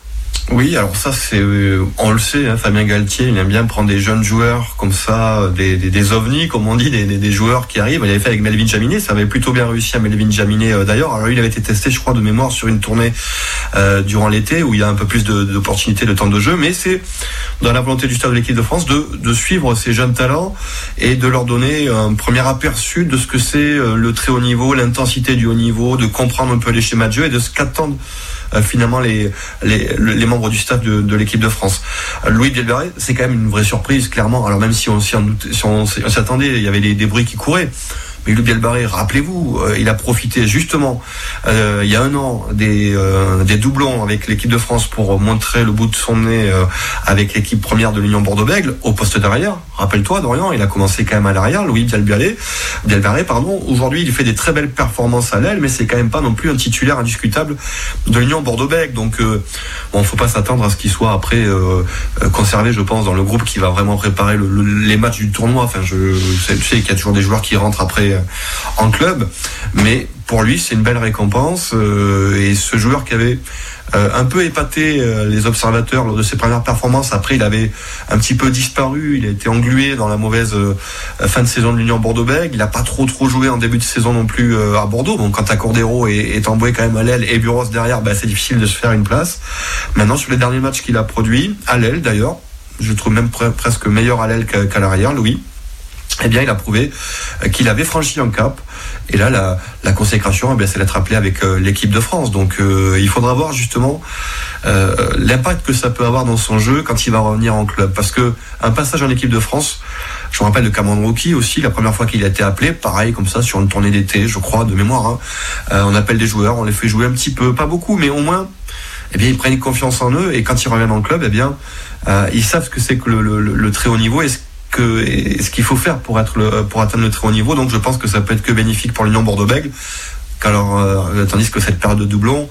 Oui, alors ça, c'est, euh, on le sait, hein, Fabien Galtier, il aime bien prendre des jeunes joueurs comme ça, des, des, des ovnis, comme on dit, des, des, des joueurs qui arrivent. Il avait fait avec Melvin Jaminet, ça avait plutôt bien réussi à Melvin Jaminet euh, d'ailleurs. Alors lui, il avait été testé, je crois, de mémoire sur une tournée euh, durant l'été où il y a un peu plus de, d'opportunités, de temps de jeu, mais c'est dans la volonté du staff de l'équipe de France de, de suivre ces jeunes talents et de leur donner un premier aperçu de ce que c'est euh, le très haut niveau, l'intensité du haut niveau, de comprendre un peu les schémas de jeu et de ce qu'attendent Euh, finalement les, les, les membres du staff de, de l'équipe de France. Euh, Louis Biel-Biarré, c'est quand même une vraie surprise, clairement. Alors même si on, si on, si on, si on s'attendait, il y avait des, des bruits qui couraient. Mais Louis Biel-Biarré, rappelez-vous, euh, il a profité justement euh, il y a un an des, euh, des doublons avec l'équipe de France pour montrer le bout de son nez euh, avec l'équipe première de l'Union Bordeaux-Bègles au poste d'arrière. Rappelle-toi, Dorian, il a commencé quand même à l'arrière, Louis Biel-Biarré, Biel-Biarré, pardon. Aujourd'hui, il fait des très belles performances à l'aile, mais c'est quand même pas non plus un titulaire indiscutable de l'Union Bordeaux-Bègles. Donc, euh, bon, faut pas s'attendre à ce qu'il soit après euh, conservé, je pense, dans le groupe qui va vraiment préparer le, le, les matchs du tournoi. Enfin, je, je sais qu'il y a toujours des joueurs qui rentrent après en club, mais pour lui c'est une belle récompense, euh, et ce joueur qui avait euh, un peu épaté euh, les observateurs lors de ses premières performances, après il avait un petit peu disparu, il a été englué dans la mauvaise euh, fin de saison de l'Union Bordeaux-Bègles, il n'a pas trop trop joué en début de saison non plus euh, à Bordeaux. Donc quand t'as Cordero et, et Tamboué quand même à l'aile et Buros derrière, bah, c'est difficile de se faire une place. Maintenant sur les derniers matchs qu'il a produits, à l'aile d'ailleurs, je trouve même pre- presque meilleur à l'aile qu'à, qu'à l'arrière, Louis. Eh bien, il a prouvé qu'il avait franchi un cap. Et là, la, la consécration, eh bien, c'est d'être appelé avec euh, l'équipe de France. Donc, euh, il faudra voir justement euh, l'impact que ça peut avoir dans son jeu quand il va revenir en club. Parce que un passage en équipe de France, je me rappelle de Cameron Rookie aussi, la première fois qu'il a été appelé, pareil, comme ça, sur une tournée d'été, je crois, de mémoire. Hein. Euh, on appelle des joueurs, on les fait jouer un petit peu, pas beaucoup, mais au moins, eh bien, ils prennent confiance en eux. Et quand ils reviennent en club, eh bien, euh, ils savent ce que c'est que le, le, le très haut niveau et ce que et ce qu'il faut faire pour être le, pour atteindre le très haut niveau. Donc je pense que ça peut être que bénéfique pour l'Union Bordeaux-Bègles. Alors euh, tandis que cette période de doublons,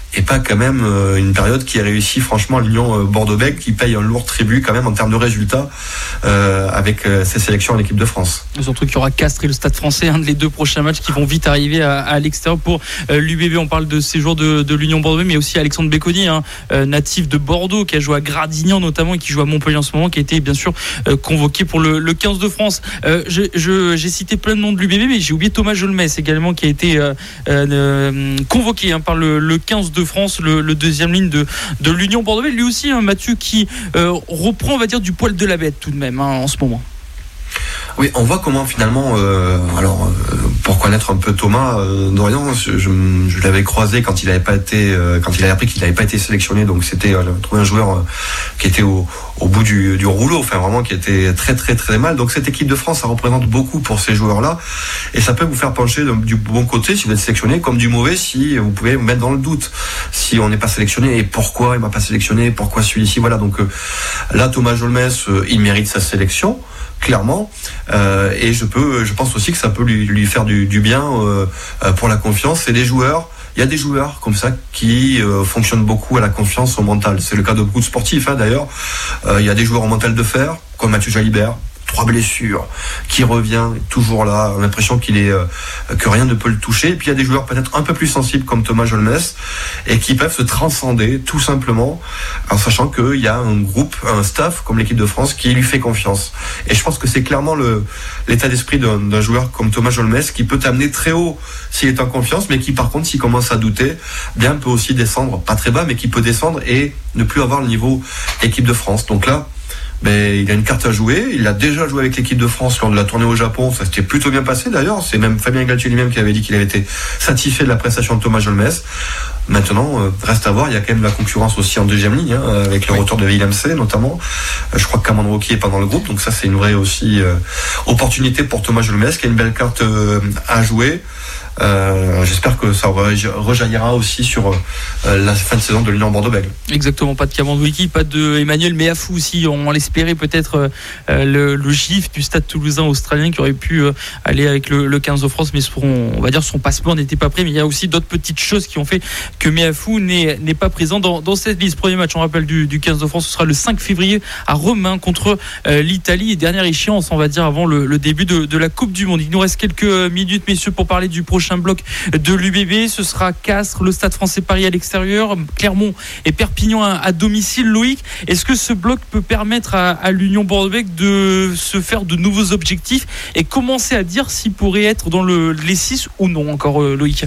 et pas quand même euh, une période qui a réussi franchement l'Union Bordeaux-Bègles, qui paye un lourd tribut quand même en termes de résultats euh, avec euh, ses sélections en équipe de France. Surtout qu'il y aura Castres et le Stade Français, un de les deux prochains matchs qui vont vite arriver à, à l'extérieur pour euh, l'U B B. On parle de ces joueurs de, de l'Union Bordeaux, mais aussi Alexandre Béconi, hein, euh, natif de Bordeaux, qui a joué à Gradignan notamment et qui joue à Montpellier en ce moment, qui a été bien sûr euh, convoqué pour le, le quinze de France. Euh, je, je, j'ai cité plein de noms de l'U B B, mais j'ai oublié Thomas Jolmes également, qui a été euh, euh, convoqué hein, par le, le quinze de France, le, le deuxième ligne de, de l'Union Bordeaux. Lui aussi, hein, Mathieu, qui euh, reprend, on va dire, du poil de la bête tout de même hein, en ce moment. Oui, on voit comment finalement, euh, alors euh, pour connaître un peu Thomas euh, Dorian, je, je, je l'avais croisé quand il n'avait pas été, euh, quand il avait appris qu'il n'avait pas été sélectionné, donc c'était euh, trouver un joueur euh, qui était au, au bout du, du rouleau, enfin vraiment qui était très très très mal. Donc cette équipe de France, ça représente beaucoup pour ces joueurs-là, et ça peut vous faire pencher du bon côté si vous êtes sélectionné, comme du mauvais si vous pouvez vous mettre dans le doute si on n'est pas sélectionné et pourquoi il m'a pas sélectionné, pourquoi celui-ci, voilà. Donc euh, là, Thomas Jolmes, euh, il mérite sa sélection. Clairement, euh, et je peux, je pense aussi que ça peut lui, lui faire du, du bien euh, pour la confiance. Et les joueurs, il y a des joueurs comme ça qui euh, fonctionnent beaucoup à la confiance, au mental. C'est le cas de beaucoup de sportifs hein, d'ailleurs. Euh, il y a des joueurs au mental de fer, comme Mathieu Jalibert. Trois blessures, qui revient toujours là, on a l'impression qu'il est euh, que rien ne peut le toucher. Et puis il y a des joueurs peut-être un peu plus sensibles comme Thomas Jolmes et qui peuvent se transcender tout simplement en sachant qu'il y a un groupe, un staff comme l'équipe de France qui lui fait confiance. Et je pense que c'est clairement le, l'état d'esprit d'un, d'un joueur comme Thomas Jolmes qui peut t'amener très haut s'il est en confiance, mais qui par contre s'il commence à douter, bien peut aussi descendre, pas très bas, mais qui peut descendre et ne plus avoir le niveau équipe de France. Donc là, ben, il a une carte à jouer, il a déjà joué avec l'équipe de France lors de la tournée au Japon, ça s'était plutôt bien passé d'ailleurs, c'est même Fabien Galtier lui-même qui avait dit qu'il avait été satisfait de la prestation de Thomas Jolmes. Maintenant, euh, reste à voir, il y a quand même de la concurrence aussi en deuxième ligne, hein, avec le oui. retour de Willem C notamment. Euh, je crois que Cameron Rocky est pas dans le groupe, donc ça c'est une vraie aussi euh, opportunité pour Thomas Jolmes, qui a une belle carte euh, à jouer. Euh, j'espère que ça rejaillira aussi sur euh, la fin de saison de l'Union Bordeaux-Bègles. Exactement, pas de Kamandouiki, pas de Emmanuel Meafou aussi. On l'espérait peut-être euh, le, le gif du Stade Toulousain australien qui aurait pu euh, aller avec le, le quinze de France, mais son, on va dire son passeport n'était pas prêt. Mais il y a aussi d'autres petites choses qui ont fait que Meafou n'est, n'est pas présent dans, dans cette liste. Premier match, on rappelle, du, du quinze de France, ce sera le cinq février à Rome hein, contre euh, l'Italie. Et dernière échéance, on va dire, avant le, le début de, de la Coupe du Monde. Il nous reste quelques minutes, messieurs, pour parler du prochain bloc de l'U B B. Ce sera Castres, le Stade Français Paris à l'extérieur, Clermont et Perpignan à, à domicile. Loïc, est-ce que ce bloc peut permettre à, à l'Union Bordeaux-Bègles de se faire de nouveaux objectifs et commencer à dire s'il pourrait être dans le, les six ou non encore, euh, Loïc?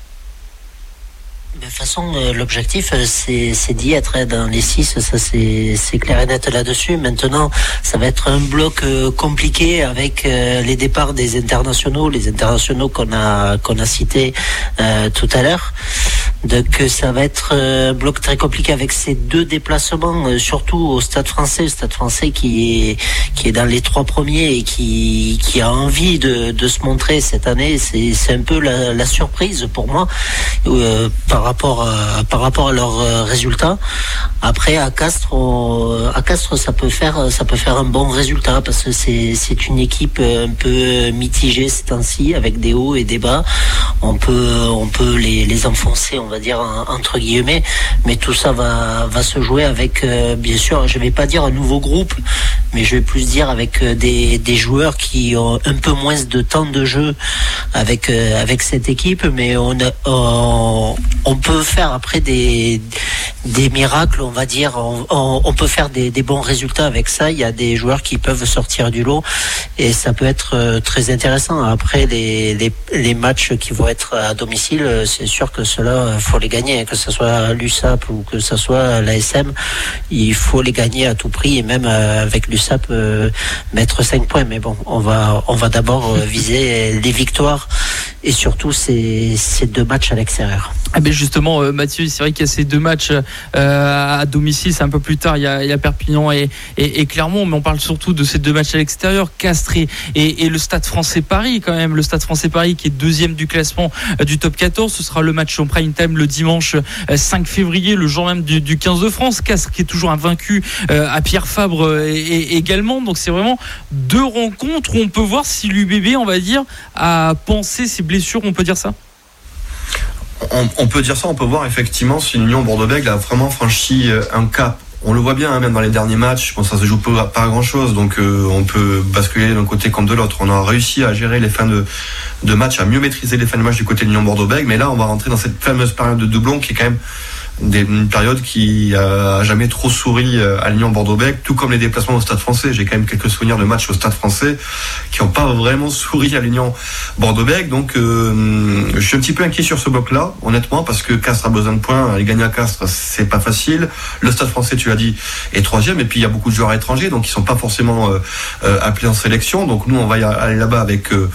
De toute façon, euh, l'objectif, euh, c'est, c'est d'y être hein, dans les six, ça c'est, c'est clair et net là-dessus. Maintenant, ça va être un bloc euh, compliqué avec euh, les départs des internationaux, les internationaux qu'on a qu'on a cités euh, tout à l'heure. Donc ça va être euh, un bloc très compliqué avec ces deux déplacements, euh, surtout au Stade Français, le Stade Français qui est qui est dans les trois premiers et qui qui a envie de de se montrer cette année. C'est c'est un peu la, la surprise pour moi euh, par rapport à, par rapport à leurs euh, résultats. Après à Castres, on, à Castres ça peut faire ça peut faire un bon résultat parce que c'est c'est une équipe un peu mitigée ces temps-ci avec des hauts et des bas. On peut on peut les les enfoncer, on va dire entre guillemets, mais tout ça va va se jouer avec euh, bien sûr, je vais pas dire un nouveau groupe, mais je vais plus dire avec euh, des des joueurs qui ont un peu moins de temps de jeu avec euh, avec cette équipe, mais on a, on, on peut faire après des des miracles, on va dire, on, on, on peut faire des, des bons résultats avec ça. Il y a des joueurs qui peuvent sortir du lot et ça peut être euh, très intéressant. Après les, les les matchs qui vont être à domicile, c'est sûr que ceux-là, faut les gagner, que ce soit l'U S A P ou que ce soit l'A S M, il faut les gagner à tout prix et même euh, avec l'U S A P euh, mettre cinq points. Mais bon, on va on va d'abord euh, viser les victoires et surtout ces ces deux matchs à l'extérieur. Ah ben justement, euh, Mathieu, c'est vrai qu'il y a ces deux matchs euh, à domicile, c'est un peu plus tard, il y a, il y a Perpignan et, et, et Clermont, mais on parle surtout de ces deux matchs à l'extérieur, Castres et, et, et le Stade Français Paris quand même, le Stade Français Paris qui est deuxième du classement euh, du top quatorze, ce sera le match en prime time le dimanche euh, cinq février, le jour même du, du quinze de France. Castres qui est toujours invaincu euh, à Pierre Fabre euh, et, et également, donc c'est vraiment deux rencontres où on peut voir si l'U B B, on va dire, a pensé ses blessures, on peut dire ça? on, on peut dire ça, on peut voir effectivement si l'Union Bordeaux-Bègles a vraiment franchi un cap. On le voit bien, hein, même dans les derniers matchs, bon, ça se joue pas, pas à grand chose, donc euh, on peut basculer d'un côté comme de l'autre. On a réussi à gérer les fins de, de match, à mieux maîtriser les fins de match du côté de l'Union Bordeaux-Bègles, mais là on va rentrer dans cette fameuse période de doublon qui est quand même Des, une période qui a jamais trop souri à l'Union Bordeaux-Bègles, tout comme les déplacements au Stade Français. J'ai quand même quelques souvenirs de matchs au Stade Français qui n'ont pas vraiment souri à l'Union Bordeaux-Bègles. Donc euh, je suis un petit peu inquiet sur ce bloc-là, honnêtement, parce que Castres a besoin de points. Aller gagner à Castres, c'est pas facile. Le Stade Français, tu l'as dit, est troisième, et puis il y a beaucoup de joueurs étrangers, donc ils sont pas forcément euh, euh, appelés en sélection. Donc nous, on va y aller là-bas avec euh,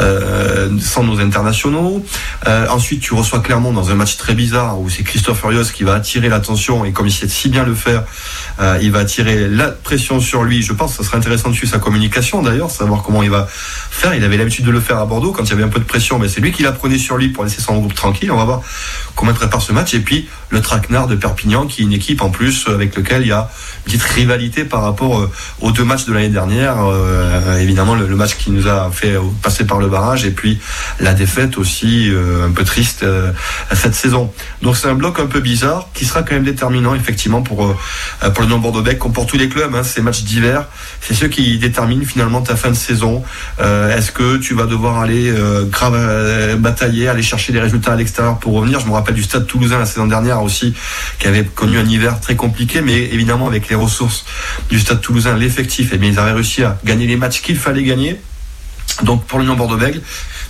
euh, sans nos internationaux. Euh, ensuite, tu reçois Clermont dans un match très bizarre où c'est Christophe Furios qui va attirer l'attention, et comme il sait si bien le faire, euh, il va attirer la pression sur lui. Je pense que ça serait intéressant de suivre sa communication d'ailleurs, savoir comment il va faire. Il avait l'habitude de le faire à Bordeaux quand il y avait un peu de pression, mais c'est lui qui la prenait sur lui pour laisser son groupe tranquille. On va voir comment il prépare ce match. Et puis le Traquenard de Perpignan, qui est une équipe en plus avec laquelle il y a une petite rivalité par rapport euh, aux deux matchs de l'année dernière. Euh, évidemment le, le match qui nous a fait passer par le barrage, et puis la défaite aussi euh, un peu triste euh, cette saison. Donc c'est un bloc un peu bizarre qui sera quand même déterminant effectivement pour euh, pour le Union Bordeaux-Bègles, comme pour tous les clubs, hein. Ces matchs d'hiver, c'est ceux qui déterminent finalement ta fin de saison. Euh, est-ce que tu vas devoir aller euh, grave euh, batailler, aller chercher des résultats à l'extérieur pour revenir? Je me rappelle du Stade Toulousain la saison dernière aussi, qui avait connu un hiver très compliqué, mais évidemment avec les ressources du Stade Toulousain, l'effectif, eh bien ils avaient réussi à gagner les matchs qu'il fallait gagner. Donc pour l'Union Bordeaux-Bègles,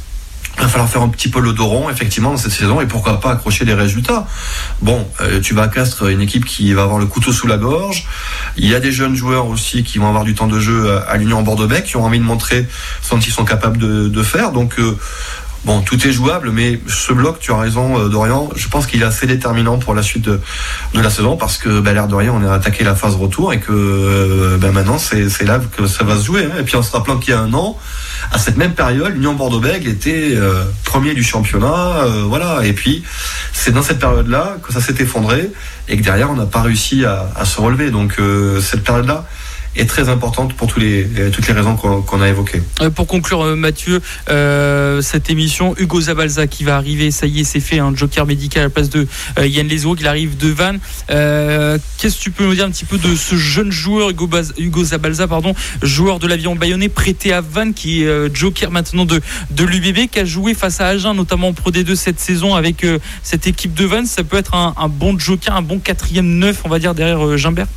il va falloir faire un petit peu le dos rond effectivement dans cette saison, et pourquoi pas accrocher des résultats. Bon, euh, tu vas à Castres, une équipe qui va avoir le couteau sous la gorge. Il y a des jeunes joueurs aussi qui vont avoir du temps de jeu à, à l'Union Bordeaux-Bègles, qui ont envie de montrer ce qu'ils sont capables de, de faire. Donc euh, bon, tout est jouable, mais ce bloc, tu as raison euh, Dorian, je pense qu'il est assez déterminant pour la suite de, de la saison, parce que bah, l'air de rien, on a attaqué la phase retour, et que euh, bah, maintenant c'est, c'est là que ça va se jouer, hein. Et puis en se rappelant qu'il y a un an, à cette même période, l'Union Bordeaux-Bègles était euh, premier du championnat, euh, voilà. Et puis c'est dans cette période-là que ça s'est effondré, et que derrière on n'a pas réussi à, à se relever. Donc euh, cette période-là est très importante pour tous les, toutes les raisons qu'on, qu'on a évoquées. Pour conclure, Mathieu, euh, cette émission, Hugo Zabalza qui va arriver, ça y est, c'est fait, un joker médical à la place de euh, Yann Lesaux, qui arrive de Vannes. Euh, qu'est-ce que tu peux nous dire un petit peu de ce jeune joueur, Hugo, Baz, Hugo Zabalza, pardon, joueur de l'Aviron Bayonnais, prêté à Vannes, qui est euh, joker maintenant de, de l'U B B, qui a joué face à Agen, notamment en Pro D deux cette saison avec euh, cette équipe de Vannes. Ça peut être un, un bon joker, un bon quatrième neuf, on va dire, derrière euh, Gimbert.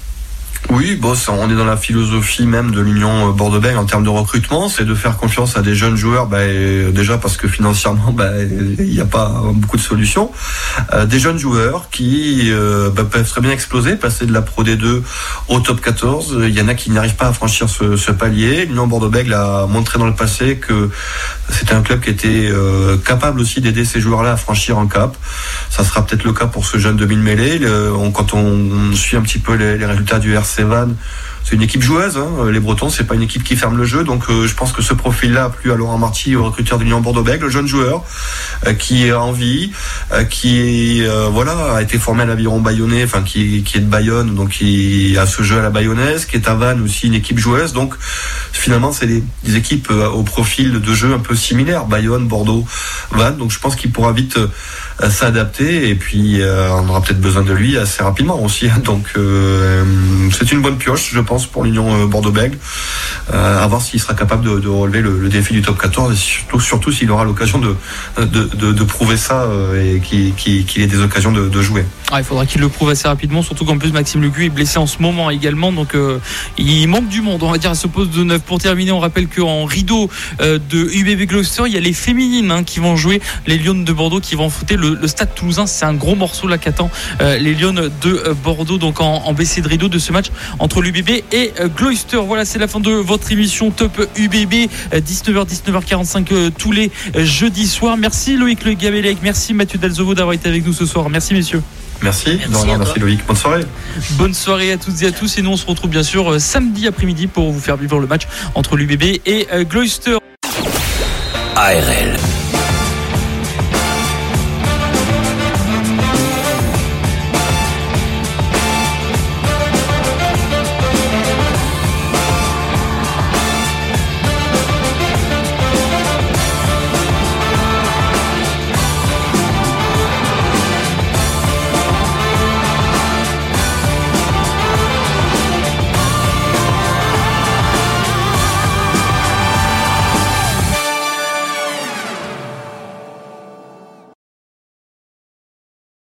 Oui, bon, ça, on est dans la philosophie même de l'Union Bordeaux-Bègles en termes de recrutement, c'est de faire confiance à des jeunes joueurs, bah, déjà parce que financièrement, bah, il n'y a pas beaucoup de solutions. Euh, des jeunes joueurs qui euh, bah, peuvent très bien exploser, passer de la Pro D deux au top quatorze. Il y en a qui n'arrivent pas à franchir ce, ce palier. L'Union Bordeaux-Bègles a montré dans le passé que c'était un club qui était euh, capable aussi d'aider ces joueurs-là à franchir un cap. Ça sera peut-être le cas pour ce jeune demi-mêlée. Le, on, quand on, on suit un petit peu les, les résultats du R C Vannes, c'est une équipe joueuse, hein. Les Bretons, c'est pas une équipe qui ferme le jeu, donc euh, je pense que ce profil-là a plu à Laurent Marty, au recruteur de l'Union Bordeaux-Bègles, le jeune joueur euh, qui a envie, euh, qui euh, voilà a été formé à l'Aviron Bayonnais, enfin qui, qui est de Bayonne, donc qui a ce jeu à la bayonnaise, qui est à Vannes aussi une équipe joueuse, donc finalement c'est des, des équipes euh, au profil de jeu un peu similaire, Bayonne, Bordeaux, Vannes, donc je pense qu'il pourra vite euh, s'adapter, et puis euh, on aura peut-être besoin de lui assez rapidement aussi, hein. Donc euh, c'est une bonne pioche, je pense, pour l'Union Bordeaux-Bègles, euh, à voir s'il sera capable de, de relever le, le défi du top quatorze, et surtout, surtout s'il aura l'occasion de, de, de, de prouver ça, euh, et qu'il, qu'il, qu'il ait des occasions de, de jouer. Ah, il faudra qu'il le prouve assez rapidement, surtout qu'en plus Maxime Lucu est blessé en ce moment également, donc euh, il manque du monde, on va dire, à ce poste de neuf. Pour terminer, on rappelle qu'en rideau euh, de U B B Gloucester, il y a les féminines, hein, qui vont jouer, les Lions de Bordeaux qui vont affronter le, le Stade Toulousain. C'est un gros morceau là qu'attend euh, les Lions de euh, Bordeaux, donc en, en B C de rideau de ce match entre l'U B B et euh, Gloucester. Voilà, c'est la fin de votre émission Top U B B, euh, dix-neuf heures dix-neuf heures quarante-cinq euh, tous les euh, jeudis soirs. Merci Loïc Le Gabellec, merci Mathieu Dalzovo d'avoir été avec nous ce soir. Merci messieurs. Merci, merci, non, merci Loïc, bonne soirée. Bonne soirée à toutes et à tous, et nous on se retrouve bien sûr euh, samedi après-midi pour vous faire vivre le match entre l'U B B et euh, Gloucester. A R L,